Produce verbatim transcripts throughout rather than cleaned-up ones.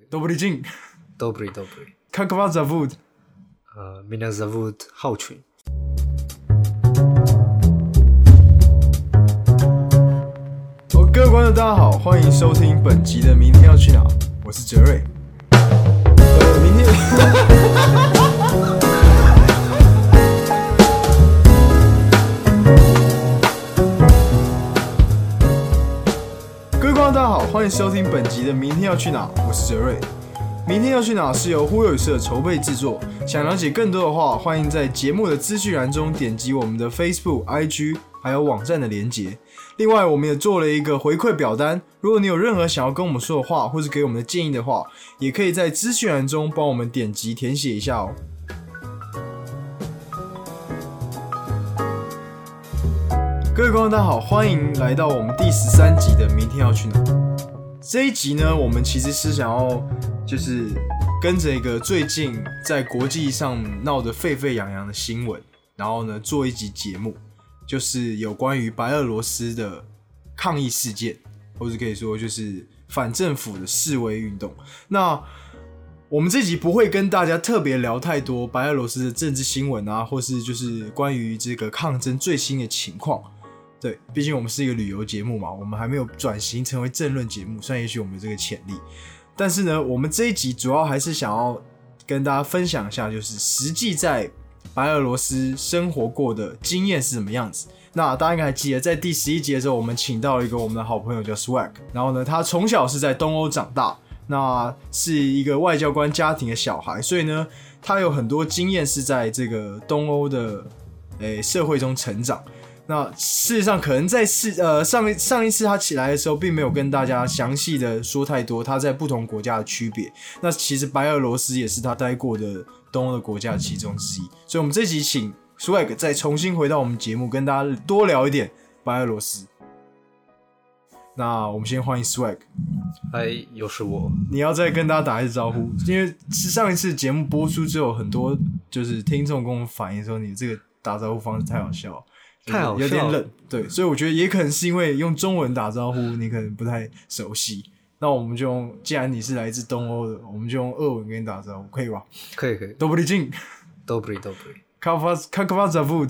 Dobry dzień. Dobry, dobry. Jak was zawód? Uh, Меня зовут Хаучунь. 哦，各位观众大家好，欢迎收听本集的《明天要去哪》，我是哲瑞。呃，明天。各位观众大家好，欢迎收听本集的《明天要去哪》，我是哲瑞。明天要去哪是由忽悠语社筹备制作。想了解更多的话，欢迎在节目的资讯栏中点击我们的 Facebook、I G 还有网站的连结。另外，我们也做了一个回馈表单，如果你有任何想要跟我们说的话，或是给我们的建议的话，也可以在资讯栏中帮我们点击填写一下哦。各位观众大家好，欢迎来到我们第十三集的《明天要去哪》。这一集呢，我们其实是想要就是跟着一个最近在国际上闹得沸沸扬扬的新闻，然后呢做一集节目，就是有关于白俄罗斯的抗议事件，或者可以说就是反政府的示威运动。那我们这集不会跟大家特别聊太多白俄罗斯的政治新闻啊，或是就是关于这个抗争最新的情况。对，毕竟我们是一个旅游节目嘛，我们还没有转型成为政论节目，虽然也许我们有这个潜力，但是呢，我们这一集主要还是想要跟大家分享一下，就是实际在白俄罗斯生活过的经验是什么样子。那大家应该还记得，在第十一集的时候，我们请到了一个我们的好朋友叫 Swag， 然后呢，他从小是在东欧长大，那是一个外交官家庭的小孩，所以呢，他有很多经验是在这个东欧的诶社会中成长。那事实上，可能在是呃上一上一次他起来的时候，并没有跟大家详细的说太多他在不同国家的区别。那其实白俄罗斯也是他待过的东欧的国家其中之一。所以，我们这集请 Swag 再重新回到我们节目，跟大家多聊一点白俄罗斯。那我们先欢迎 Swag。 嗨，又是我。 你要再跟大家打一次招呼，因为上一次节目播出之后，很多就是听众跟我们反映说，你这个打招呼方式太好笑了。 太好笑了， 有点冷，对，所以我觉得也可能是因为用中文打招呼，你可能不太熟悉。那我们就用，既然你是来自东欧的，我们就用俄文跟你打招呼，可以吧？ 可以，可以。 Dobry dzień. Dobry, dobry. Jak was, jak was zawód?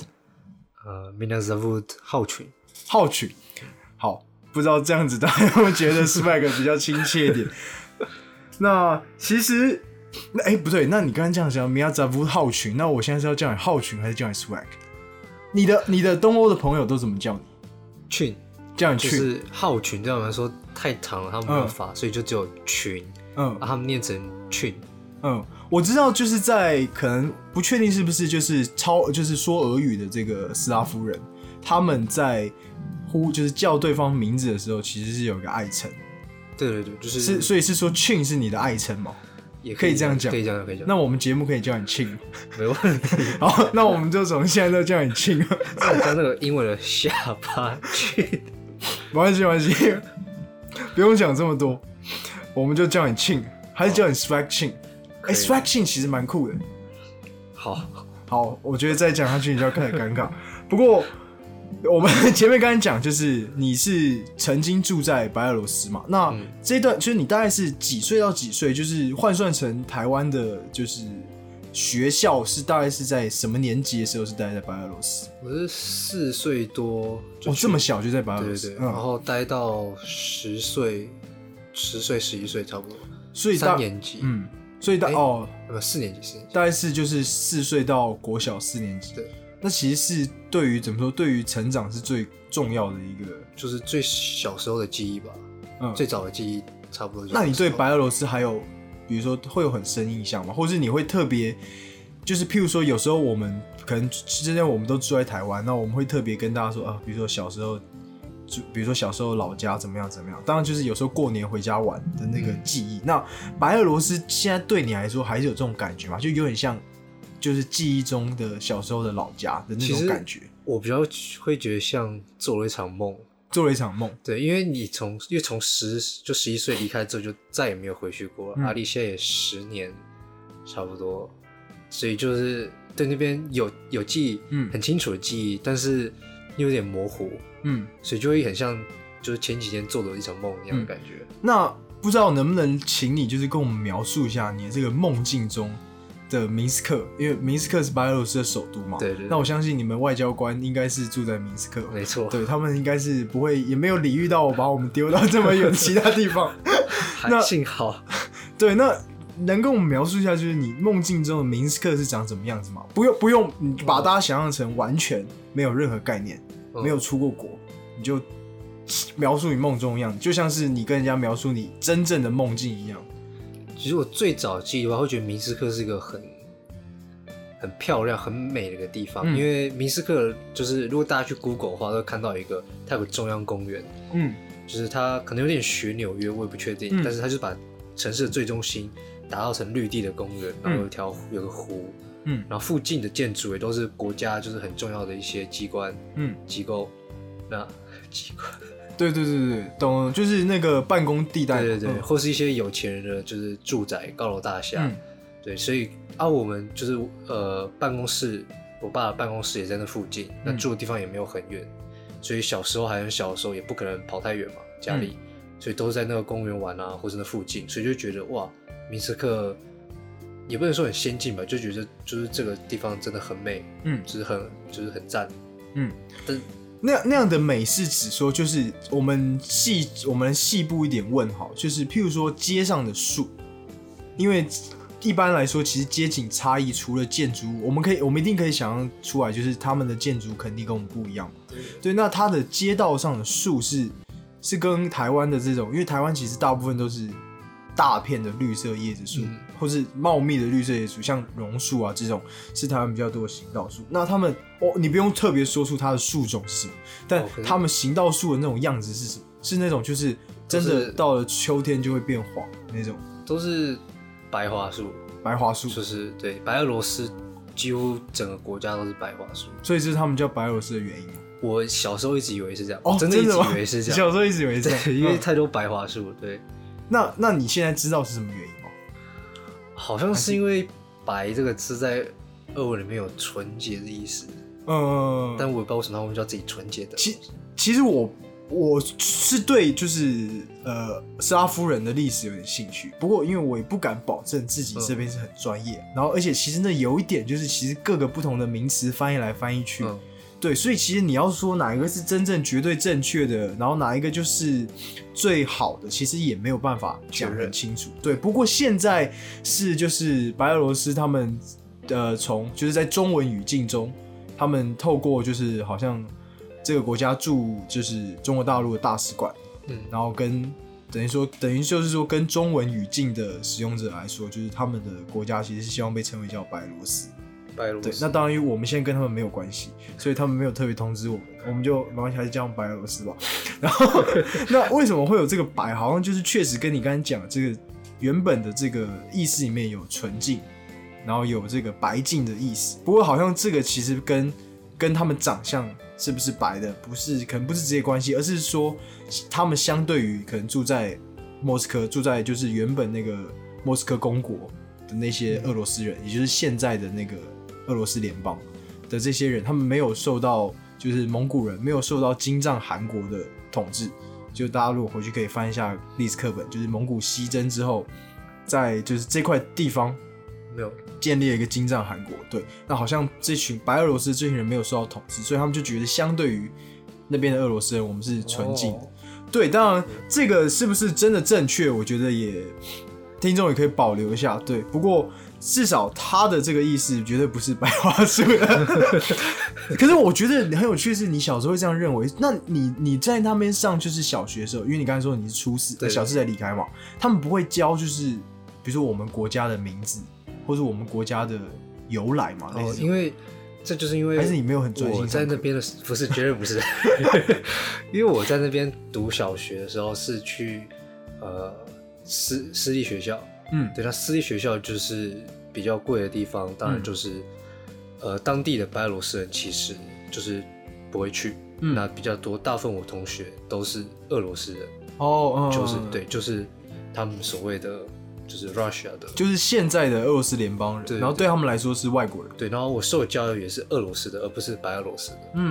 Uh, Меня zовут Хаучунь. Хаучунь. 好，不知道这样子大家有没有觉得 Swag 比较亲切一点？那其实，那哎、欸、不对，那你刚刚这样讲 Меня zовут Хаучунь， 那我现在是要叫你Хаучунь还是叫你 Swag？你的你的东欧的朋友都怎么叫你？ 群， 叫你群， 就是浩群，对他们来说太长了，他们没有发、嗯，所以就只有群，嗯，啊、他们念成群， 嗯，我知道，就是在可能不确定是不是就是超就是说俄语的这个斯拉夫人，他们在呼就是叫对方名字的时候，其实是有一个爱称。 对对对，就是是，所以是说群是你的爱称吗？ 也可以这样讲， 可以这样，可以这样。 那我们节目可以叫你庆， 没问题。 好，那我们就从现在都叫你庆。 像那个英文的下巴庆， 没关系，没关系，不用讲这么多，我们就叫你庆，还是叫你 Swag 庆？哎、欸、，Swag 庆其实蛮酷的。 好， 好，我觉得再讲下去你就要开始尴尬。不过我们前面刚才讲，就是你是曾经住在白俄罗斯嘛？那这一段就是你大概是几岁到几岁？就是换算成台湾的，就是学校是大概是在什么年级的时候是待在白俄罗斯？ 我是四岁多就， 哦，这么小就在白俄罗斯， 对对对、嗯，然后待到十岁、十岁、十一岁差不多， 所以三年级， 嗯，所以大、欸、哦， 呃，四年级，四年级， 大概是就是四岁到国小四年级， 对。 那其实是对于怎么说，对于成长是最重要的一个， 就是最小时候的记忆吧，嗯，最早的记忆差不多就是。 那你对白俄罗斯还有，比如说会有很深印象吗？或是你会特别，就是譬如说有时候我们可能之前我们都住在台湾，那我们会特别跟大家说啊，比如说小时候，比如说小时候老家怎么样怎么样。当然就是有时候过年回家玩的那个记忆。嗯、那白俄罗斯现在对你来说还是有这种感觉吗？就有点像。就是记忆中的小时候的老家的那种感觉， 我比较会觉得像做了一场梦， 做了一场梦。 对，因为你从因为从十就十一岁离开之后，就再也没有回去过了。嗯、阿里现在也十年差不多，所以就是对那边有有记忆，嗯，很清楚的记忆，但是又有点模糊，嗯，所以就会很像就是前几天做的一场梦一样的感觉。 嗯、那不知道能不能请你就是跟我们描述一下你的这个梦境中的明斯克，因为明斯克是白俄罗斯的首都嘛。 对 对, 对。 那我相信你们外交官应该是住在明斯克， 没错。 对，他们应该是不会，也没有礼遇到我把我们丢到这么远其他地方。 还幸好。 对，那能跟我们描述一下，就是你梦境中的明斯克是长什么样子吗？不用不用，你把大家想象成完全没有任何概念，嗯、没有出过国，你就描述你梦中的样子，就像是你跟人家描述你真正的梦境一样。 其实我最早记的话，会觉得明斯克是一个很很漂亮、很美的一个地方，嗯、因为明斯克就是如果大家去 Google 的话，都会看到一个它有个中央公园，嗯，就是它可能有点学纽约，我也不确定，嗯、但是它就把城市的最中心打造成绿地的公园，然后有一条有个湖，嗯，然后附近的建筑也都是国家就是很重要的一些机关，嗯，机构，那机关。 对对对对，懂了，就是那个办公地带， 对对对， 嗯、 或是一些有钱人的就是住宅、高楼大厦，嗯、对，所以啊，我们就是呃办公室，我爸的办公室也在那附近，嗯、那住的地方也没有很远，所以小时候还很小的时候也不可能跑太远嘛，家里，嗯、所以都是在那个公园玩啊，或是那附近，所以就觉得哇，明斯克也不能说很先进吧，就觉得就是这个地方真的很美，嗯，就是很就是很赞，嗯，但。 那样那样的美是指说，就是我们细我们细部一点问好，就是譬如说街上的树，因为一般来说，其实街景差异除了建筑物，我们可以我们一定可以想象出来，就是他们的建筑肯定跟我们不一样。对，对，那它的街道上的树是是跟台湾的这种，因为台湾其实大部分都是大片的绿色叶子树，嗯、或是茂密的绿色叶子树，像榕树啊这种是台湾比较多的行道树。那他们哦，你不用特别说出它的树种是什么，但他们行道树的那种样子是什么？是那种就是真的到了秋天就会变黄那种， 都是白桦树。 白桦树就是对，白俄罗斯几乎整个国家都是白桦树， 所以这是他们叫白俄罗斯的原因吗？ 我小时候一直以为是这样， 哦， 真的一直以为是这样。 小时候一直以为是这样， 因为太多白桦树，对。 那那你现在知道是什么原因吗？ 好像是因为“白”这个字在俄文里面有纯洁的意思，嗯，但我也不知道为什么他们叫自己纯洁的。 其其实我我是对就是呃斯拉夫人的历史有点兴趣，不过因为我也不敢保证自己这边是很专业，嗯、然后而且其实呢有一点就是其实各个不同的名词翻译来翻译去。嗯对，所以其实你要说哪一个是真正绝对正确的，然后哪一个就是最好的，其实也没有办法讲很清楚。对，不过现在是就是白俄罗斯他们呃从就是在中文语境中，他们透过就是好像这个国家驻就是中国大陆的大使馆，嗯，然后跟等于说等于就是说跟中文语境的使用者来说，就是他们的国家其实是希望被称为叫白罗斯。对，那当然，因为我们现在跟他们没有关系，所以他们没有特别通知我们，我们就没关系，还是叫白俄罗斯吧。然后，那为什么会有这个白？好像就是确实跟你刚才讲的这个原本的这个意思里面有纯净，然后有这个白净的意思。不过好像这个其实跟跟他们长相是不是白的，不是可能不是直接关系，而是说他们相对于可能住在莫斯科，住在就是原本那个莫斯科公国的那些俄罗斯人，也就是现在的那个。俄罗斯联邦的这些人，他们没有受到就是蒙古人没有受到金帐汗国的统治。就大家如果回去可以翻一下历史课本，就是蒙古西征之后，在就是这块地方没有建立了一个金帐汗国。对，那好像这群白俄罗斯这群人没有受到统治，所以他们就觉得相对于那边的俄罗斯人，我们是纯净的。哦、对，当然这个是不是真的正确，我觉得也听众也可以保留一下。对，不过。至少他的这个意思绝对不是白桦树的。可是我觉得很有趣的是，你小时候会这样认为。那你你在那边上就是小学的时候，因为你刚才说你是初四，小四才离开嘛，他们不会教就是比如说我们国家的名字，或是我们国家的由来嘛？ 哦，因为这就是因为还是你没有很专心。 我在那边的不是，绝对不是，因为我在那边读小学的时候是去呃私私立学校。嗯，对，那私立学校就是比较贵的地方，当然就是，嗯、呃，当地的白俄罗斯人其实就是不会去，嗯、那比较多，大部分我同学都是俄罗斯人，哦，哦就是对，就是他们所谓的就是 Russia 的， 就是现在的俄罗斯联邦人，对对对，然后对他们来说是外国人， 对，然后我受的教育也是俄罗斯的，而不是白俄罗斯的，嗯，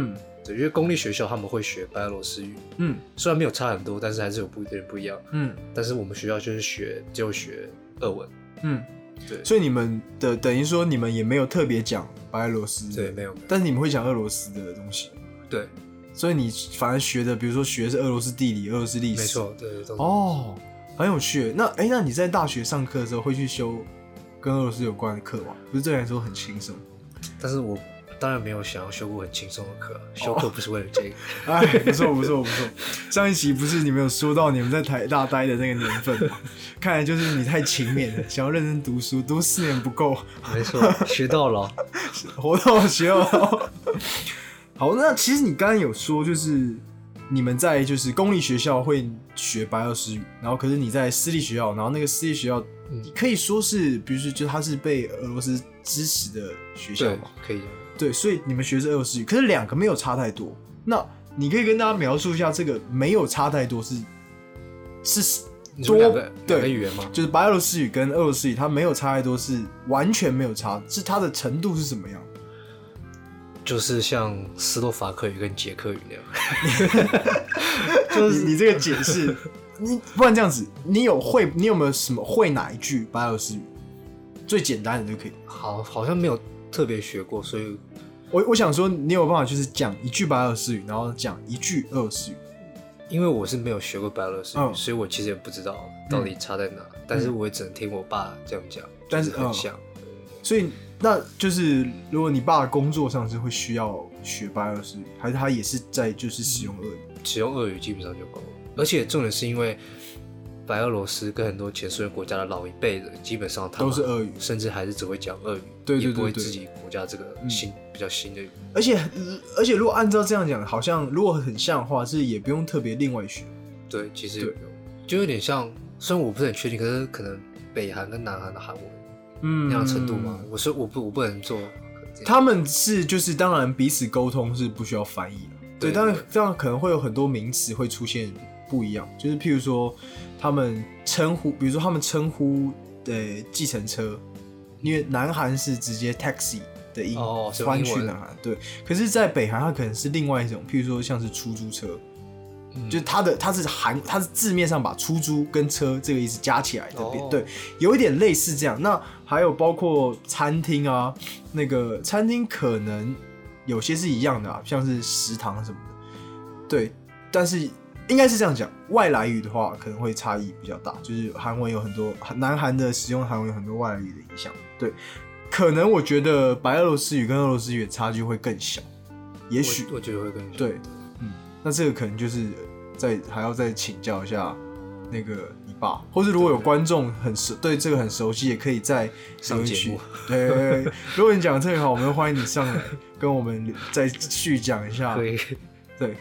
对，因为公立学校他们会学白俄罗斯语， 嗯， 虽然没有差很多，但是还是有不一点不一样， 嗯， 但是我们学校就是学就学俄文， 嗯， 对， 所以你们的等于说你们也没有特别讲白俄罗斯， 对，没有， 但是你们会讲俄罗斯的东西， 对， 所以你反而学的，比如说学的是俄罗斯地理、俄罗斯历史， 没错，对，都是哦，很有趣。那哎、欸，那你在大学上课的时候会去修跟俄罗斯有关的课吗？不是对你来说很轻松？ 但是我当然没有想要修过很轻松的课，修课不是为了这个。 哎、哦，不错不错不错。上一期不是你们有说到你们在台大待的那个年份吗？看来就是你太勤勉了，想要认真读书，读四年不够。 没错，学到老， 活到学到老。好，那其实你刚刚有说，就是你们在就是公立学校会学白俄罗斯语，然后可是你在私立学校，然后那个私立学校可以说是，比如说就它是被俄罗斯支持的学校嘛， 可以的。 对，所以你们学的是俄罗斯语，可是两个没有差太多。那你可以跟大家描述一下，这个没有差太多是是多两个对两个语言吗？ 就是白俄罗斯语跟俄罗斯语，它没有差太多，是完全没有差，是它的程度是什么样？ 就是像斯洛伐克语跟捷克语那样。 就是你, 你这个解释，你不然这样子，你有会你有没有什么会哪一句白俄罗斯语？最简单的就可以。 好，好像没有特别学过，所以我我想说，你有办法就是讲一句白俄罗斯语，然后讲一句俄罗斯语。 因为我是没有学过白俄罗斯语， 嗯、 所以我其实也不知道到底差在哪。嗯、但是我也只能听我爸这样讲， 但是、 就是很像。 嗯、所以那就是如果你爸工作上是会需要学白俄罗斯语，还是他也是在就是使用俄语？ 嗯、使用俄语基本上就够了。而且重点是因为白俄罗斯跟很多前苏联国家的老一辈的，基本上他们都是俄语， 甚至还是只会讲俄语， 对对对对， 也不会自己国家这个新、嗯、比较新的语。 而且而且如果按照这样讲，好像如果很像的话，是也不用特别另外学。 对，其实就有点像，虽然我不是很确定，可是可能北韩跟南韩的韩文，嗯，那样程度吗？我说我不我不能做。 他们是就是当然彼此沟通是不需要翻译的，对，当然这样可能会有很多名词会出现不一样，就是譬如说他们称呼，比如说他们称呼的计程车，因为南韩是直接 taxi 的音翻去南韩，对，可是，在北韩它可能是另外一种，譬如说像是出租车。嗯、就是它的它是含它是字面上把出租跟车这个意思加起来的，哦、对，有一点类似这样。那还有包括餐厅啊，那个餐厅可能有些是一样的啊，像是食堂什么的，对。但是应该是这样讲，外来语的话可能会差异比较大，就是韩文有很多南韩的使用韩文有很多外来语的影响，对。可能我觉得白俄罗斯语跟俄罗斯语的差距会更小，也许我, 我觉得会更小， 对。那这个可能就是再还要再请教一下那个你爸，或是如果有观众很熟对这个很熟悉，也可以再上节目。 对, 对, 对，如果你讲特别好，我们欢迎你上来跟我们再续讲一下。 可以， 对。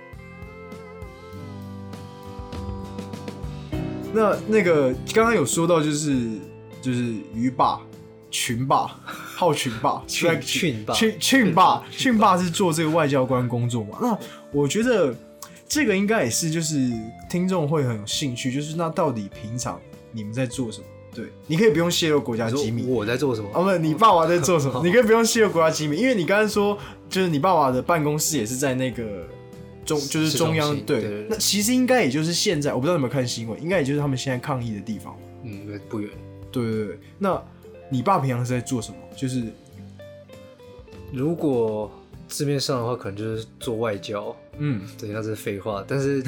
那那个刚刚有说到，就是就是鱼爸、群爸、浩群爸、 群群爸、 群群爸、群爸是做这个外交官工作嘛？那我觉得这个应该也是，就是听众会很有兴趣，就是那到底平常你们在做什么？对，你可以不用泄露国家机密。 我在做什么？ 哦，不，你爸爸在做什么？你可以不用泄露国家机密，因为你刚才说，就是你爸爸的办公室也是在那个中，就是中央。对, 对, 对，那其实应该也就是现在，我不知道你有没有看新闻，应该也就是他们现在抗议的地方。 嗯，不远。 对对对，那你爸平常是在做什么？就是如果字面上的话，可能就是做外交。嗯，对，那是废话。但是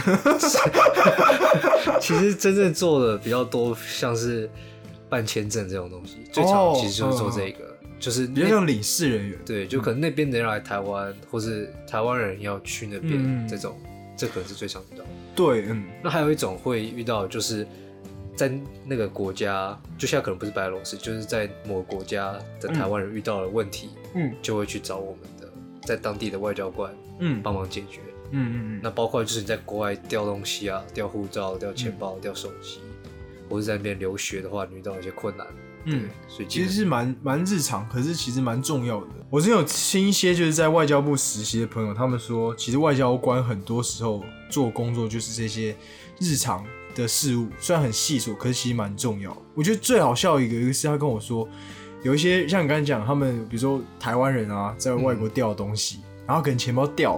其实真正做的比较多，像是办签证这种东西，最常其实就是做这个，哦、就是比较像领事人员。 对，就可能那边的人来台湾，嗯、或是台湾人要去那边、嗯、这种，这可能是最常遇到的。 对，嗯。 那还有一种会遇到，就是在那个国家，就现在可能不是白俄罗斯，就是在某个国家的台湾人遇到了问题，嗯，就会去找我们的在当地的外交官，嗯，帮忙解决。嗯嗯嗯，那包括就是你在国外调东西啊，调护照、调钱包、调、嗯、手机，或者在那边留学的话，你遇到一些困难，嗯，所以其实是蛮蛮日常，可是其实蛮重要的。我之前有听一些就是在外交部实习的朋友，他们说，其实外交官很多时候做工作就是这些日常的事物，虽然很细琐，可是其实蛮重要的。我觉得最好笑的一个，一个是他跟我说，有一些像你刚才讲，他们比如说台湾人啊，在外国调东西，嗯、然后可能钱包掉了。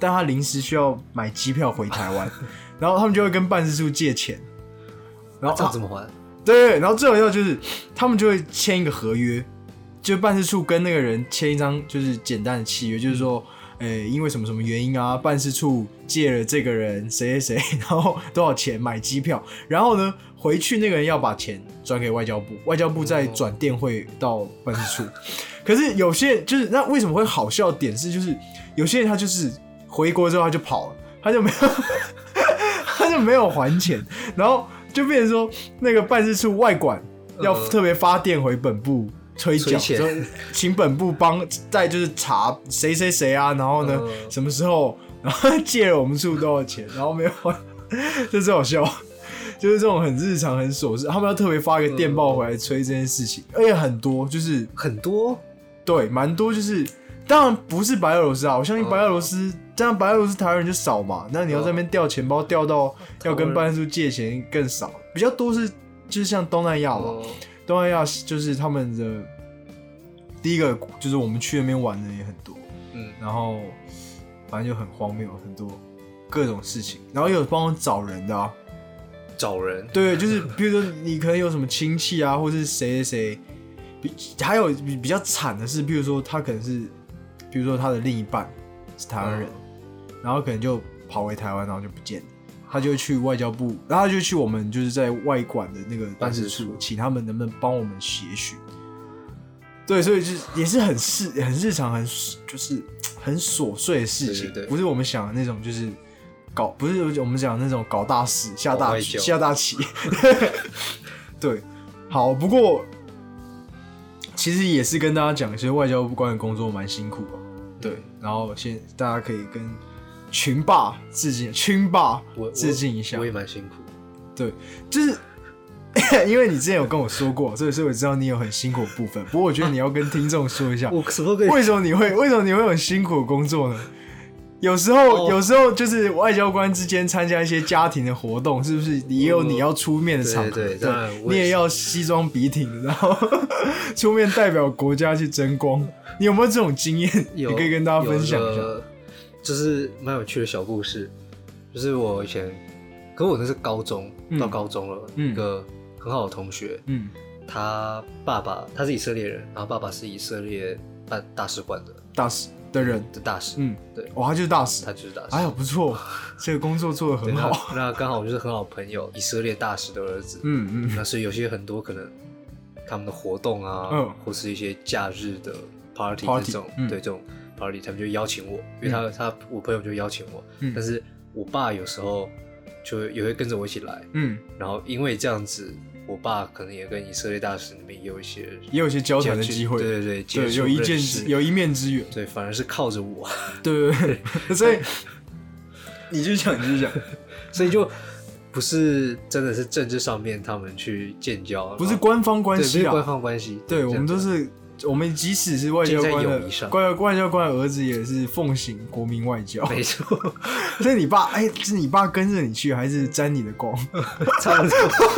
但他临时需要买机票回台湾，然后他们就会跟办事处借钱，然后这样怎么还？ 对，然后最好笑就是他们就会签一个合约，就办事处跟那个人签一张就是简单的契约，就是说。欸、因为什么什么原因啊？办事处借了这个人谁谁谁，然后多少钱买机票，然后呢回去那个人要把钱转给外交部，外交部再转电汇到办事处。可是有些人就是那为什么会好笑的点是，就是有些人他就是回国之后他就跑了，他就没有他就没有还钱，然后就变成说那个办事处外管要特别发电回本部。催缴，请本部帮再就是查谁谁谁啊，然后呢、呃、什么时候，然后借了我们处多少钱，然后没有还，这最好笑，就是这种很日常很琐事，他们要特别发一个电报回来催这件事情，而且很多就是很多， 对，蛮多就是，当然不是白俄罗斯啊，我相信白俄罗斯，这样白俄罗斯台湾人就少嘛，那你要在那边调钱包调到要跟办事处借钱更少，比较多是就是像东南亚嘛。呃东南亚就是他们的第一个，就是我们去那边玩的也很多，嗯，然后反正就很荒谬，很多各种事情，然后也有帮我找人的啊， 找人， 对，就是比如说你可能有什么亲戚啊，或是谁谁谁，还有比比较惨的是，比如说他可能是，比如说他的另一半是台湾人，嗯、然后可能就跑回台湾，然后就不见了。他就会去外交部，然后他就去我们就是在外管的那个办事处，请他们能不能帮我们协寻。对，所以就是也是很日很日常，很就是很琐碎的事情，对对对，不是我们想的那种，就是搞不是我们讲的那种搞大事、下大下大棋。对，好，不过其实也是跟大家讲，其实外交部官的工作蛮辛苦的。对，嗯、然后先大家可以跟。群霸致敬，群霸致敬一下。 我, 我也蛮辛苦。 对，就是因为你之前有跟我说过，所以所以我知道你有很辛苦的部分。不过我觉得你要跟听众说一下， 我什么可以？ 为什么你会为什么你会有很辛苦的工作呢？有时候、哦、有时候就是外交官之间参加一些家庭的活动，是不是也有你要出面的场合？ 对对 对, 对， 你也要西装笔挺，然后出面代表国家去争光。你有没有这种经验？你可以跟大家分享一下。 就是蛮有趣的小故事，就是我以前，可是我那是高中、嗯、到高中了、嗯，一个很好的同学，嗯，他爸爸他是以色列人，然后爸爸是以色列办大使馆的大使的人的大使， 嗯， 对， 哇，他就是大使， 他就是大使， 哎呀，不错，这个工作做得很好。 那刚好我就是很好朋友，以色列大使的儿子，嗯嗯，那所以有些很多可能他们的活动啊，嗯，或是一些假日的 party 这种，嗯、对这种。party 他们就邀请我，因为他、嗯、他我朋友就邀请我、嗯，但是我爸有时候就也会跟着我一起来，嗯，然后因为这样子，我爸可能也跟以色列大使那边也有一些也有一些交谈的机会， 对对对， 对，有一见之有一面之缘， 对，反而是靠着我， 对对对，所以你就讲你就讲， 所以就不是真的是政治上面他们去建交， 不是官方关系啊， 不是官方关系， 对我们都是。我们即使是外交官的外外交官的儿子，也是奉行国民外交。 没错， 所以你爸，哎、欸，是你爸跟着你去，还是沾你的光？ 差不多。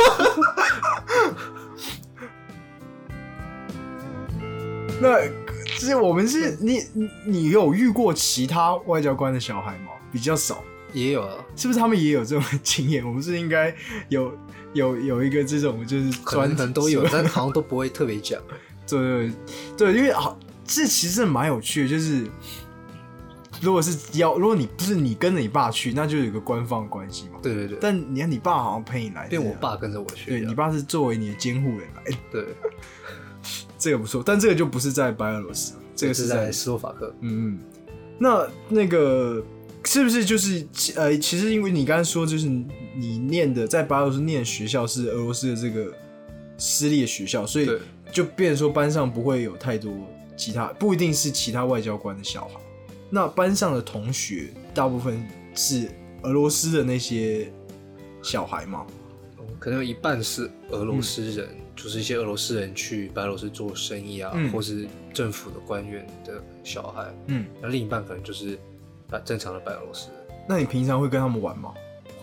那是我们是你你有遇过其他外交官的小孩吗？比较少， 也有啊。 是不是他们也有这种经验？我们是应该有有有一个这种就是专可能都有，但好像都不会特别讲。 对对对，因为好，这其实蛮有趣的，就是如果是要，如果你不是你跟着你爸去，那就有一个官方关系嘛。 对对对。 但你看你爸好像陪你来， 变我爸跟着我去。 对，你爸是作为你的监护人来。 对， 这个不错，但这个就不是在白俄罗斯，这个是在斯洛伐克。 嗯嗯。那那个是不是就是呃，其实因为你刚才说，就是你念的在白俄罗斯念的学校是俄罗斯的这个私立的学校，所以。就变成说班上不会有太多其他，不一定是其他外交官的小孩。那班上的同学大部分是俄罗斯的那些小孩吗？ 可能有一半是俄罗斯人、嗯，就是一些俄罗斯人去白俄罗斯做生意啊、嗯，或是政府的官员的小孩。嗯，那另一半可能就是正常的白俄罗斯人。 那你平常会跟他们玩吗？ 会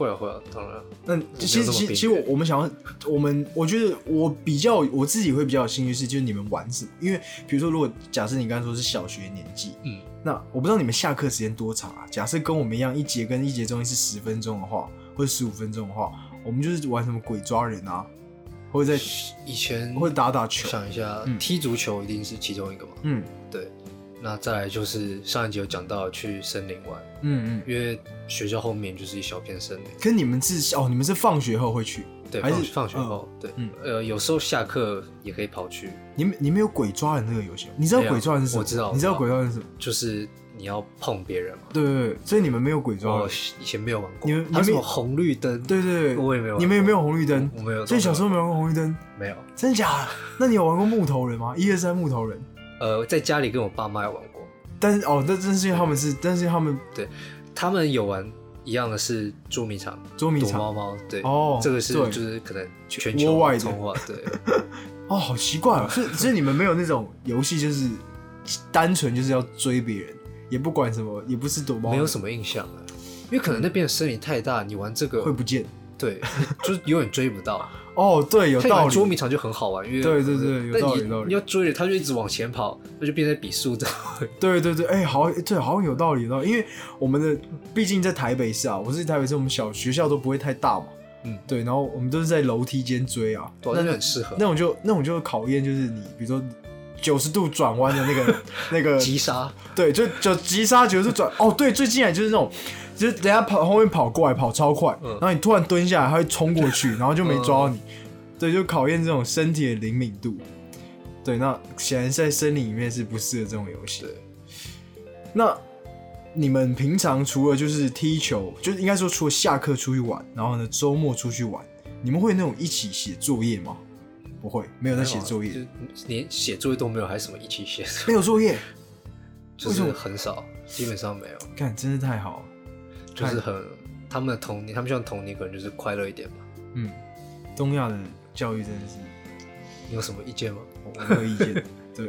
会啊会啊，当然。 那其实其实其实我我们想要，我们我觉得我比较我自己会比较有兴趣是，就是你们玩什么？因为比如说，如果假设你刚才说是小学年纪，嗯，那我不知道你们下课时间多长啊？假设跟我们一样，一节跟一节中间是十分钟的话，或者十五分钟的话，我们就是玩什么鬼抓人啊，或者在以前或者打打球。 想一下，嗯、踢足球一定是其中一个嘛？嗯，对。那再来就是上一集有讲到去森林玩，嗯嗯，因为学校后面就是一小片森林。 可是你们是哦，你们是放学后会去？ 对，还是放学后？呃、对，嗯，呃，有时候下课也可以跑去。 你们你们有鬼抓人这个游戏吗？你知道鬼抓人是什么？ 我知道， 你知道鬼抓人是什么？ 就是你要碰别人嘛。 对对对，所以你们没有鬼抓人。 我以前没有玩过。 你们你们有红绿灯？ 对对对， 我也没有。 你们有没有红绿灯？ 我没有。 所以小时候没有玩过红绿灯？ 没有。 真的假的？那你有玩过木头人吗？一二三木头人？ 呃，在家里跟我爸妈有玩过。 但是哦，那真是因为他们是，但是他们对，他们有玩一样的是捉迷藏， 捉迷藏躲猫猫，对， 哦， 这个是就是可能全球外通话，对， 哦，好奇怪哦，所以所以你们没有那种游戏，就是单纯就是要追别人，也不管什么，也不是躲猫猫， 没有什么印象了，因为可能那边的森林太大，你玩这个会不见， 对，就是永远追不到。 哦，对，有道理。 捉迷藏就很好玩，因为对对对，有道理，有道理。 你要追着他，就一直往前跑，那就变成比速度。 对对对，哎、欸，好，对，好像有道理，有道理。因为我们的毕竟在台北市啊，我是台北市，我们小学校都不会太大嘛，嗯，对，然后我们都是在楼梯间追啊， 那就很适合。 那种就那种就考验，就是你比如说九十度转弯的那个那个急刹， 对，就就急刹九十度转。哦，对，最近来就是那种。就是人家跑后面跑过来，跑超快，嗯、然后你突然蹲下来，他会冲过去，然后就没抓到你。嗯、对，就考验这种身体的灵敏度。对，那显然在森林里面是不适合这种游戏。那你们平常除了就是踢球，就是应该说除了下课出去玩，然后呢周末出去玩，你们会那种一起写作业吗？不会，没有在写作业， 啊、连写作业都没有，还是什么一起写？ 没有作业， 就是很少，基本上没有。 干，真是太好了。 就是很他们的童年，他们希望童年可能就是快乐一点吧。 嗯，东亚的教育真的是， 你有什么意见吗？ 我没有意见。对。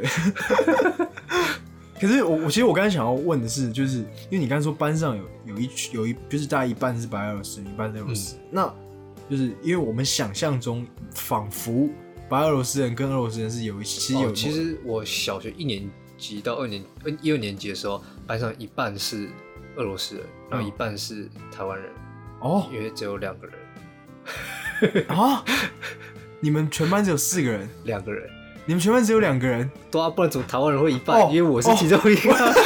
可是我我其实我刚才想要问的是，就是因为你刚才说班上有有一有一就是大概一半是白俄罗斯人，一半是俄罗斯人，嗯、那就是因为我们想象中仿佛白俄罗斯人跟俄罗斯人是有一其实有、 哦、其实我小学一年级到二年一二年级的时候，班上一半是俄罗斯人，然后一半是台湾人。哦，因为只有两个人。 啊？你们全班只有四个人？ 两个人。 你们全班只有两个人？ 对啊，不然怎么台湾人会一半？哦、因为我是其中一个。哦、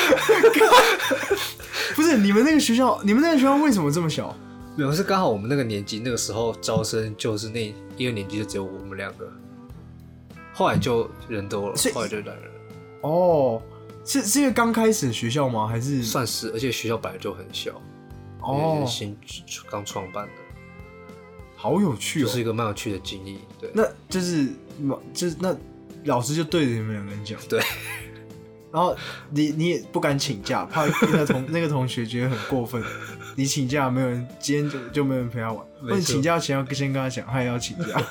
不是，你们那个学校，你们那个学校为什么这么小？ 没有，是刚好我们那个年级那个时候招生，就是那一二年级就只有我们两个，后来就人多了，后来就两个人。 哦。是是因为刚开始的学校吗？还是算是，而且学校本来就很小，哦，新刚创办的， 好有趣哦， 就是一个蛮有趣的经历。对， 那就是就是那老师就对着你们两个人讲， 对， 然后你你也不敢请假，怕那个同那个同学觉得很过分，你请假没有人，今天就就没有人陪他玩，或者请假前要先跟他讲，他也要请假。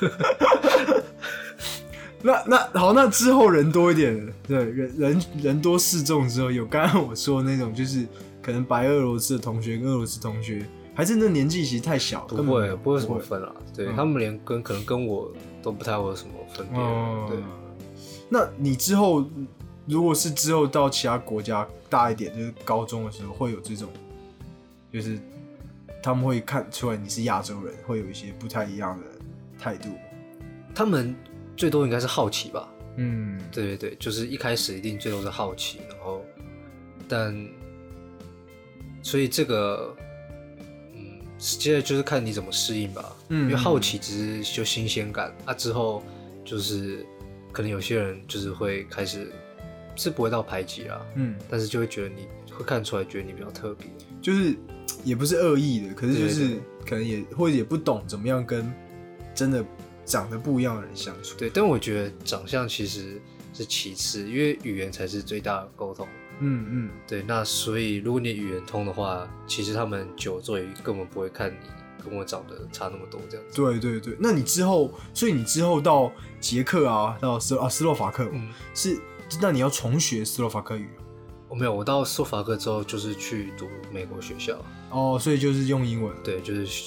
那那好，那之后人多一点，对，人人人多势众之后，有刚刚我说的那种，就是可能白俄罗斯的同学跟俄罗斯同学，还是那年纪其实太小， 不会不会有什么分啦，对、嗯、他们连跟可能跟我都不太会有什么分别、嗯，对。 那你之后如果是之后到其他国家大一点，就是高中的时候，会有这种，就是他们会看出来你是亚洲人，会有一些不太一样的态度， 他们。最多应该是好奇吧， 嗯， 对对对，就是一开始一定最多是好奇，然后，但，所以这个，嗯，接着就是看你怎么适应吧，嗯，因为好奇只是就新鲜感啊，之后就是可能有些人就是会开始是不会到排挤啦，嗯，但是就会觉得你会看出来，觉得你比较特别， 就是也不是恶意的，可是就是对对对可能也或者也不懂怎么样跟真的。长得不一样的人相处， 对，但我觉得长相其实是其次，因为语言才是最大的沟通。 嗯嗯， 对，那所以如果你语言通的话，其实他们久坐也根本不会看你跟我长得差那么多这样子。 对对对，那你之后，所以你之后到捷克啊，到斯啊斯洛伐克，嗯，是那你要重学斯洛伐克语？ 我、哦、没有，我到斯洛伐克之后就是去读美国学校。 哦，所以就是用英文。 对，就是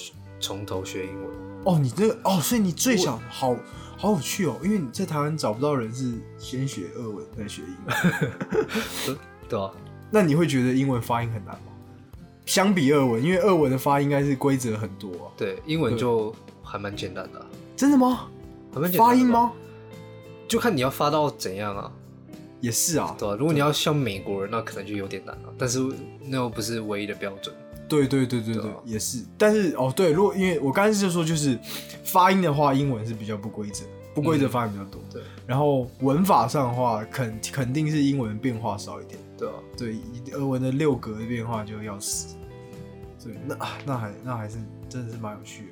从头学英文。 哦，你这个哦，所以你最小好好有趣哦，因为你在台湾找不到人是先学俄文再学英文， 对啊。 那你会觉得英文发音很难吗？相比俄文，因为俄文的发音应该是规则很多啊。 对，英文就还蛮简单的、啊。 真的吗？ 还蛮简单的发音吗？ 就看你要发到怎样啊。 也是啊， 对啊，如果你要像美国人，那可能就有点难了、啊。但是那又不是唯一的标准。 对对对对 对, 对、啊， 也是。但是哦，对，如果因为我刚才就说，就是发音的话，英文是比较不规则，不规则发音比较多。 嗯、对。 然后文法上的话，肯肯定是英文变化少一点。 对啊。对， 俄文的六格的变化就要死。对，那啊，那还那还是真的是蛮有趣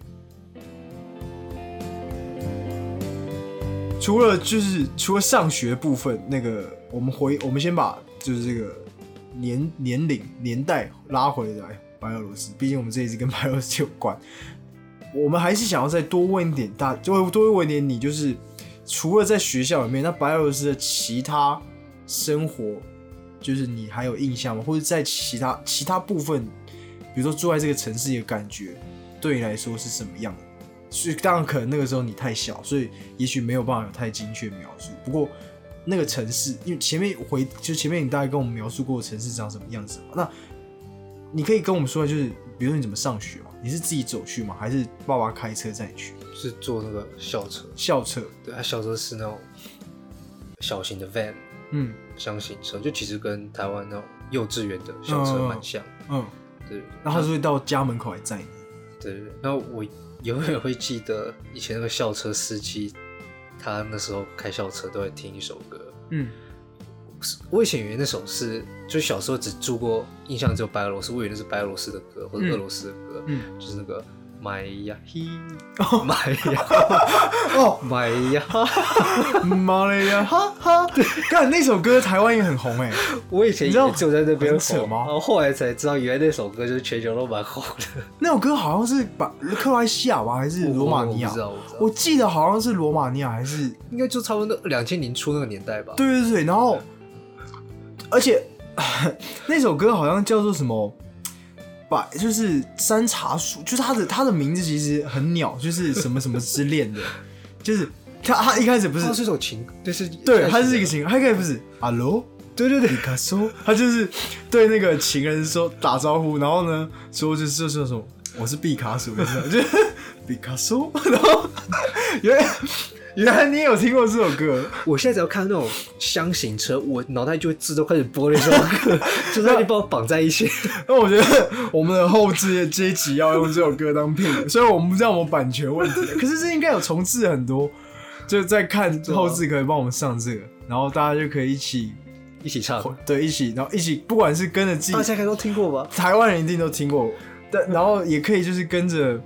的。除了就是除了上学部分，那个我们回我们先把就是这个年年龄年代拉回来。白俄罗斯，毕竟我们这一次跟白俄罗斯有关，我们还是想要再多问一点大，就多问一点你，就是除了在学校里面，那白俄罗斯的其他生活，就是你还有印象吗？或者在其他其他部分，比如说住在这个城市的感觉，对你来说是什么样的？所以当然可能那个时候你太小，所以也许没有办法有太精确描述。不过那个城市，因为前面回就前面你大概跟我们描述过的城市长什么样子嘛，那你可以跟我们说，就是比如说你怎么上学嘛？你是自己走去吗？还是爸爸开车载你去？ 是坐那个校车。校车， 对，它校车是那种小型的 van， 嗯，箱型车，就其实跟台湾那种幼稚园的校车蛮像。嗯，嗯对。 然后他就会到家门口来载你。 对对对。然后我永远会记得以前那个校车司机，他那时候开校车都会听一首歌。嗯。我以前以为那首是，就小时候只住过，印象只有白俄罗斯，我以为那是白俄罗斯的歌或者俄罗斯的歌，嗯，就是那个买呀嘿，买呀，哦，买呀哈，买呀哈哈，对， 干那首歌台湾也很红哎， 我以前以为只有在那边扯吗？ 然后后来才知道，原来那首歌就是全球都蛮红的。 那首歌好像是把克罗埃西亚吧，还是罗马尼亚？ 我不知道，我不知道。 我记得好像是罗马尼亚，还是应该就差不多两千年初那个年代吧。 对对对，然后。而且那首歌好像叫做什么，把就是山茶树，就是它的它的名字其实很鸟，就是什么什么之恋的，就是他他一开始不是， 它是首情，就是对，它是一个情，他一开始不是 ，Hello， 对对对，毕卡索，他就是对那个情人说打招呼，然后呢说就是就是什么，我是毕卡索，就是毕卡索，然后原来。原来你也有听过这首歌， 我现在只要看那种箱型车，我脑袋就会自动开始播那首歌，就是它就把我绑在一起。 那我觉得我们的后置这一集要用这首歌当片尾，虽然我们不知道我们版权问题，可是这应该有重置很多，就在看后置可以帮我们上这个，然后大家就可以一起一起唱， 对，一起，然后一起，不管是跟着自己， 大家应该都听过吧？ 台湾人一定都听过，但然后也可以就是跟着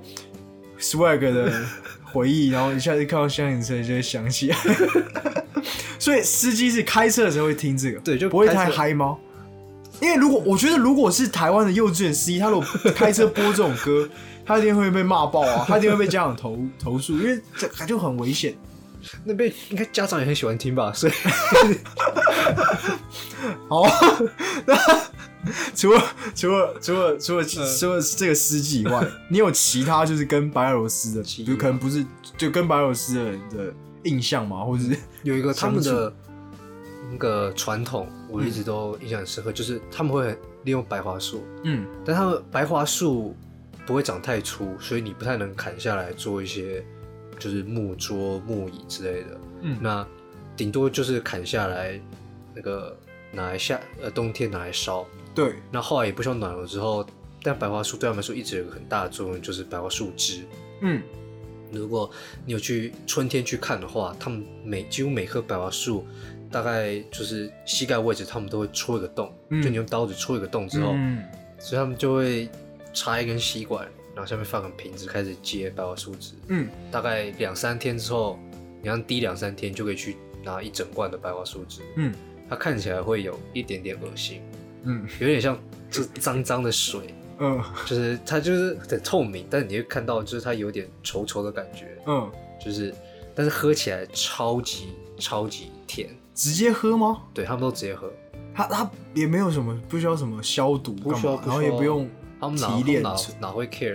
Swag 的。回忆，然后一下子看到箱型车就会想起来，所以司机是开车的时候会听这个， 对，就不会太嗨吗？因为如果我觉得如果是台湾的幼稚园司机，他如果开车播这种歌，他一定会被骂爆啊，他一定会被家长投投诉，因为这就很危险。 那边应该家长也很喜欢听吧，所以好，那除了除了除了除了除了这个司机以外，你有其他就是跟白俄罗斯的，就可能不是就跟白俄罗斯的人的印象吗？或者是有一个他们的那个传统，我一直都印象很深刻，嗯、就是他们会利用白桦树，嗯，但他们白桦树不会长太粗，所以你不太能砍下来做一些就是木桌、木椅之类的，嗯，那顶多就是砍下来那个拿来夏呃冬天拿来烧。 对， 那后来也不需要暖了之后，但白桦树对他们来说一直有一个很大的作用，就是白桦树枝。嗯，如果你有去春天去看的话，他们每几乎每棵白桦树大概就是膝盖位置，他们都会戳一个洞，嗯、就你用刀子戳一个洞之后，嗯、所以他们就会插一根吸管，然后下面放个瓶子，开始接白桦树枝。嗯，大概两三天之后，你让滴两三天就可以去拿一整罐的白桦树枝。嗯，它看起来会有一点点恶心。嗯，有点像就脏脏的水，嗯，就是它就是很透明，但是你会看到就是它有点稠稠的感觉，嗯，就是但是喝起来超级超级甜。 直接喝吗？ 对，他们都直接喝， 它它也没有什么不需要什么消毒， 不需要， 然后也不用他们哪提炼， 哪哪会 care？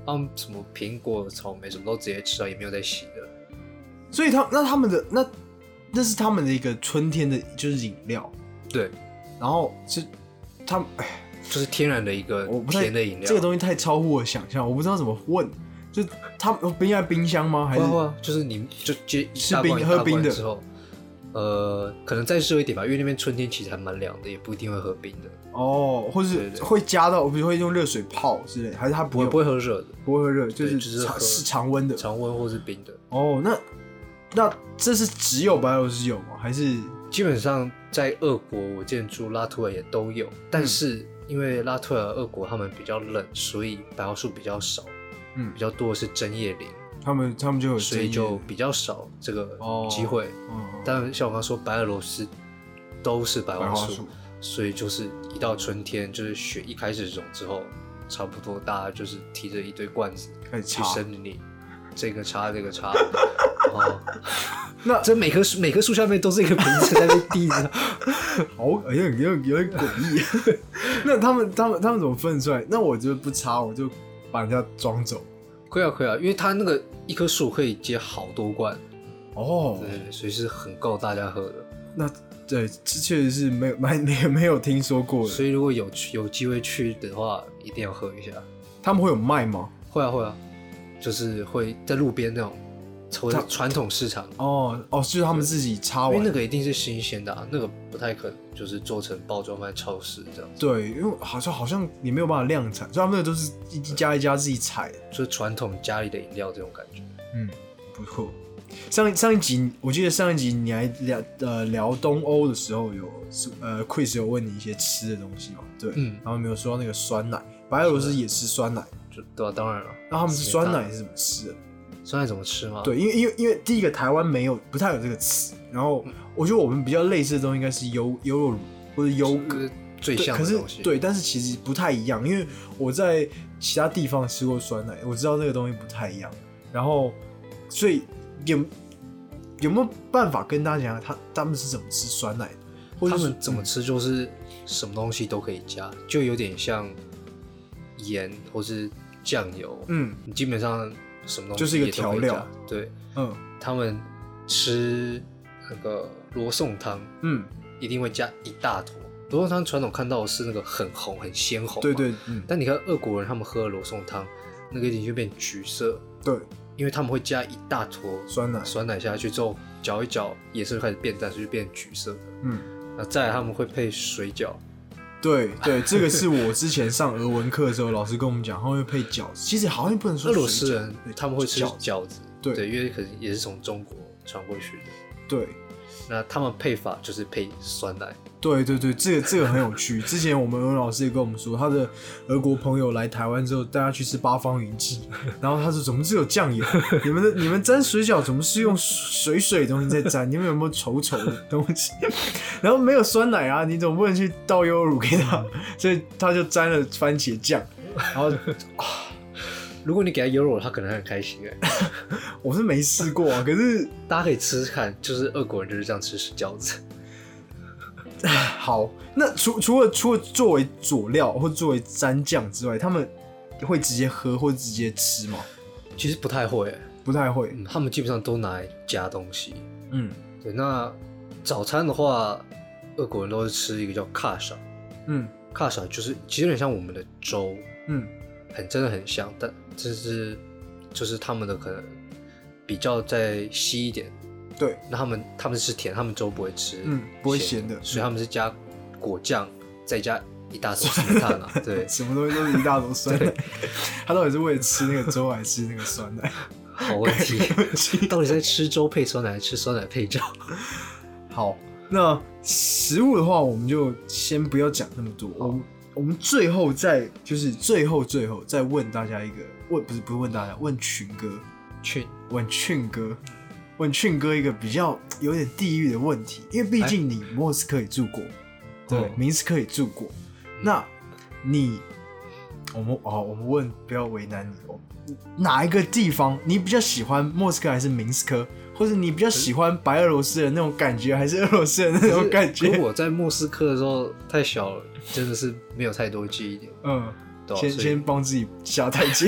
他们什么苹果、草莓什么都直接吃到，也没有在洗的。 所以他那他们的那那是他们的一个春天的，就是饮料。 对， 然后是他们哎， 就是天然的一个甜的饮料。 这个东西太超乎我想象，我不知道怎么问。就他们冰在冰箱吗？还是会啊？就是你就接一大罐喝冰的之后，呃，可能再热一点吧，因为那边春天其实还蛮凉的，也不一定会喝冰的。 哦，或是会加到，比如会用热水泡之类的，还是他不会不会喝热的， 不会喝热，就是就是喝是常温的， 常温或是冰的。 哦，那那这是只有白俄罗斯有吗？还是基本上在俄国，我之前住拉脱尔也都有，但是因为拉脱尔、俄国他们比较冷，所以白桦树比较少，嗯，比较多的是针叶林， 他们他们就有， 所以就比较少这个机会。哦嗯、但像我刚刚说，白俄罗斯都是白桦树。所以就是一到春天，就是雪一开始融之后，差不多大家就是提着一堆罐子去森林里，这个插这个插，然后那这每棵树每棵树下面都是一个瓶子在那滴着， 好有点有点有点诡异。那他们他们他们怎么分出来？那我就不插，我就把人家装走。 可以啊可以啊，因为它那个一棵树可以接好多罐哦， 对，所以是很够大家喝的。 那对，这确实是没有没没没有听说过的， 所以如果有有机会去的话，一定要喝一下。 他们会有卖吗？ 会啊会啊，就是会在路边那种传统市场。 哦哦，就是他们自己插完， 因为那个一定是新鲜的啊，那个不太可能就是做成包装卖超市这样子。 对，因为好像好像你没有办法量产，所以他们那个都是一家一家自己采的， 就是传统家里的饮料这种感觉。 嗯，不错。上上一集，我记得上一集你还聊呃聊东欧的时候有呃 Chris 有问你一些吃的东西嘛？对，嗯，然后没有说到那个酸奶，白俄罗斯也吃酸奶， 就对啊，当然了。 那他们是酸奶是怎么吃的？ 酸奶怎么吃吗？ 对，因为因为因为第一个台湾没有不太有这个词，然后我觉得我们比较类似的东西应该是优优酪乳或者优格最像的东西， 可是对，但是其实不太一样，因为我在其他地方吃过酸奶，我知道那个东西不太一样，然后所以。有有没有办法跟大家讲他他们是怎么吃酸奶的？或者他们怎么吃就是什么东西都可以加，就有点像盐或是酱油，嗯，你基本上什么东西就是一个调料， 对，嗯，他们吃那个罗宋汤，嗯，一定会加一大坨。罗宋汤传统看到的是那个很红很鲜红， 对对，嗯， 但你看俄国人他们喝罗宋汤，那个已经就变橘色， 对。 因为他们会加一大坨酸奶， 酸奶下去之后搅一搅，也是开始变淡，所以就变橘色的。嗯，那再来他们会配水饺。 对对，这个是我之前上俄文课的时候，老师跟我们讲，他们会配饺子。其实好像不能说俄罗斯人他们会吃饺子， 对对，因为可能也是从中国传过去的。 对， 那他们配法就是配酸奶。 对对对，这个这个很有趣。之前我们俄文老师也跟我们说，他的俄国朋友来台湾之后，带他去吃八方云集，然后他说怎么只有酱油？你们的你们沾水饺怎么是用水水的东西在沾？你们有没有稠稠的东西？然后没有酸奶啊，你总不能去倒优乳给他，所以他就沾了番茄酱。然后啊， 如果你给他优乳，他可能很开心哎。 我是没试过啊，可是大家可以吃吃看，就是俄国人就是这样吃饺子。 好，那除除了除了作为佐料或作为蘸酱之外，他们会直接喝或直接吃吗？ 其实不太会， 不太会、 嗯。他们基本上都拿来加东西。嗯，对。那早餐的话，俄国人都是吃一个叫卡莎。嗯，卡莎就是其实有点像我们的粥。嗯，很真的很像，但这是就是他们的可能比较再稀一点。 对， 那他们他们是吃甜，他们粥不会吃， 嗯，不会咸的， 所以他们是加果酱，再加一大坨酸奶，对， 什么东西都是一大坨酸奶。他到底是为了吃那个粥，还是吃那个酸奶？ 好问题，到底在吃粥配酸奶，还是吃酸奶配粥？ 好，那食物的话，我们就先不要讲那么多，我们我们最后再就是最后最后再问大家一个问，不是不是问大家，问群哥， 群问群哥。问庆哥一个比较有点地狱的问题，因为毕竟你莫斯科也住过，对，哦、明斯克也住过，那你我们哦，我们问不要为难你，哪一个地方你比较喜欢莫斯科还是明斯克，或者你比较喜欢白俄罗斯的那种感觉，还是俄罗斯的那种感觉？ 如果在莫斯科的时候太小了，真的是没有太多记忆点。嗯， 先先帮自己下台阶。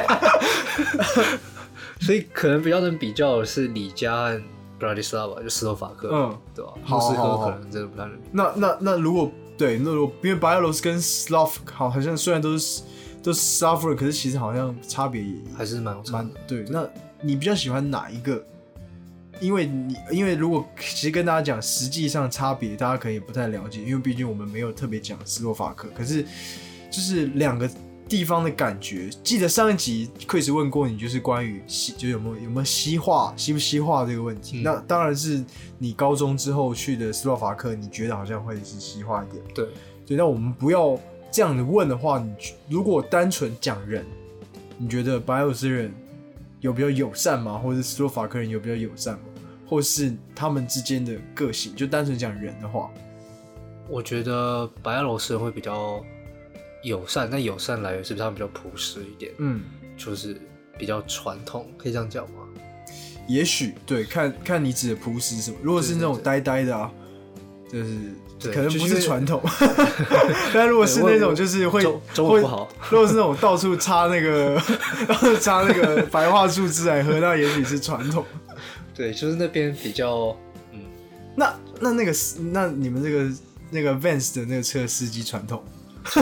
所以可能比较能比较的是里加和布拉迪斯拉瓦，就斯洛伐克，嗯，对吧？莫斯科可能真的不太能比。 那那那如果对，那如果因为白俄罗斯跟斯拉夫好好像虽然都是都是斯拉夫人，可是其实好像差别也还是蛮有差的。 对，那你比较喜欢哪一个？因为你因为如果其实跟大家讲，实际上差别大家可以不太了解，因为毕竟我们没有特别讲斯洛伐克，可是就是两个地方的感觉。记得上一集 Chris 问过你，就是关于西，就有没有有没有西化、西不西化这个问题。嗯、那当然是你高中之后去的斯洛伐克，你觉得好像会是西化一点。 对， 对。那我们不要这样的问的话，你如果单纯讲人，你觉得白俄罗斯人有比较友善吗？或者斯洛伐克人有比较友善吗？或是他们之间的个性，就单纯讲人的话， 我觉得白俄罗斯人会比较友善，但友善来源是不是他们比较朴实一点？嗯，就是比较传统，可以这样讲吗？ 也许对，看看你指的朴实是什么。如果是那种呆呆的啊，就是可能不是传统。但如果是那种就是会中文不好， 如果是那种到处插那个插那个白桦树枝来喝，那也许是传统。 对，就是那边比较，嗯， 那那那个那你们这个那个 Vans 的那个车司机传统，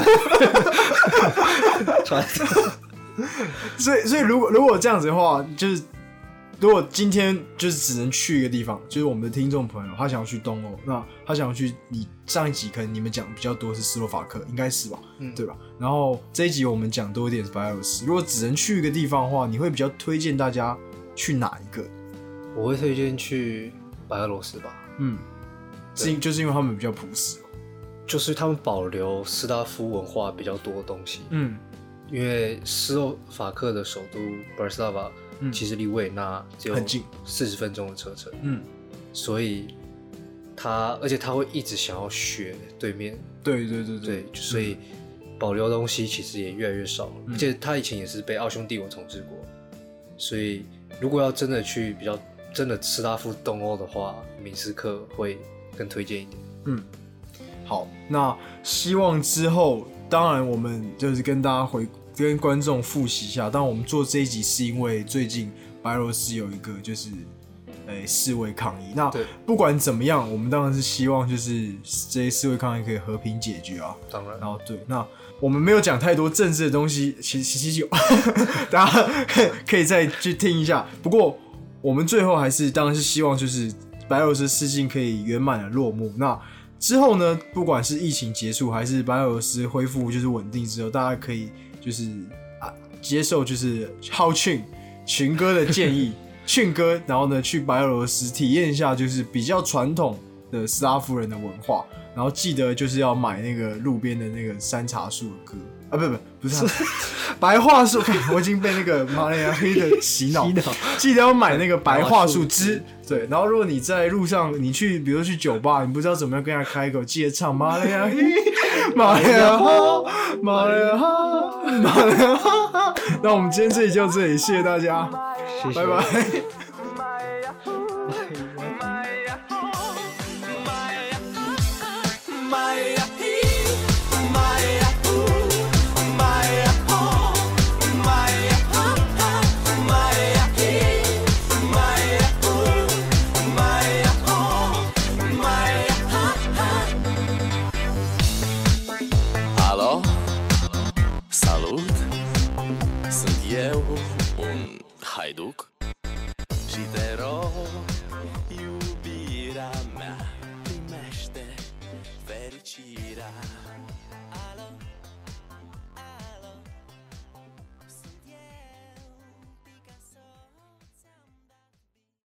传统， 所以所以如果如果这样子的话，就是如果今天就是只能去一个地方，就是我们的听众朋友他想要去东欧，那他想要去，你上一集可能你们讲比较多是斯洛伐克，应该是吧，嗯，对吧？然后这一集我们讲多一点是白俄罗斯。如果只能去一个地方的话，你会比较推荐大家去哪一个？ 我会推荐去白俄罗斯吧，嗯， 是就是因为他们比较朴实， 就是他们保留斯拉夫文化比较多的东西，嗯，因为斯洛伐克的首都布尔斯拉瓦其实离维也纳只有很近， 四十分钟的车程，嗯，所以他而且他会一直想要学对面， 对对对对, 对，所以保留的东西其实也越来越少了，嗯、而且他以前也是被奥匈帝国统治过，所以如果要真的去比较。真的斯拉夫东欧的话，明斯克会更推荐一点。嗯， 好，那希望之后，当然我们就是跟大家回跟观众复习一下。当然我们做这一集是因为最近白俄罗斯有一个就是诶示威抗议。那不管怎么样，我们当然是希望就是这些示威抗议可以和平解决啊。 当然， 然后对，那我们没有讲太多政治的东西，其实其实有，大家可以再去听一下。不过。我们最后还是当然是希望就是白俄罗斯事件可以圆满的落幕。那之后呢，不管是疫情结束还是白俄罗斯恢复就是稳定之后，大家可以就是啊接受就是浩庆群哥的建议，庆哥，然后呢去白俄罗斯体验一下就是比较传统的斯拉夫人的文化，然后记得就是要买那个路边的那个山茶树的歌。啊，不不不是白桦树，我已经被那个马来亚黑的洗脑。记得要买那个白桦树枝，对。然后如果你在路上，你去，比如说去酒吧，你不知道怎么样跟他开口，记得唱马来亚黑，马来亚哈，马来亚哈，马来亚哈。那我们今天这里就到这里，谢谢大家， 谢谢， 拜拜。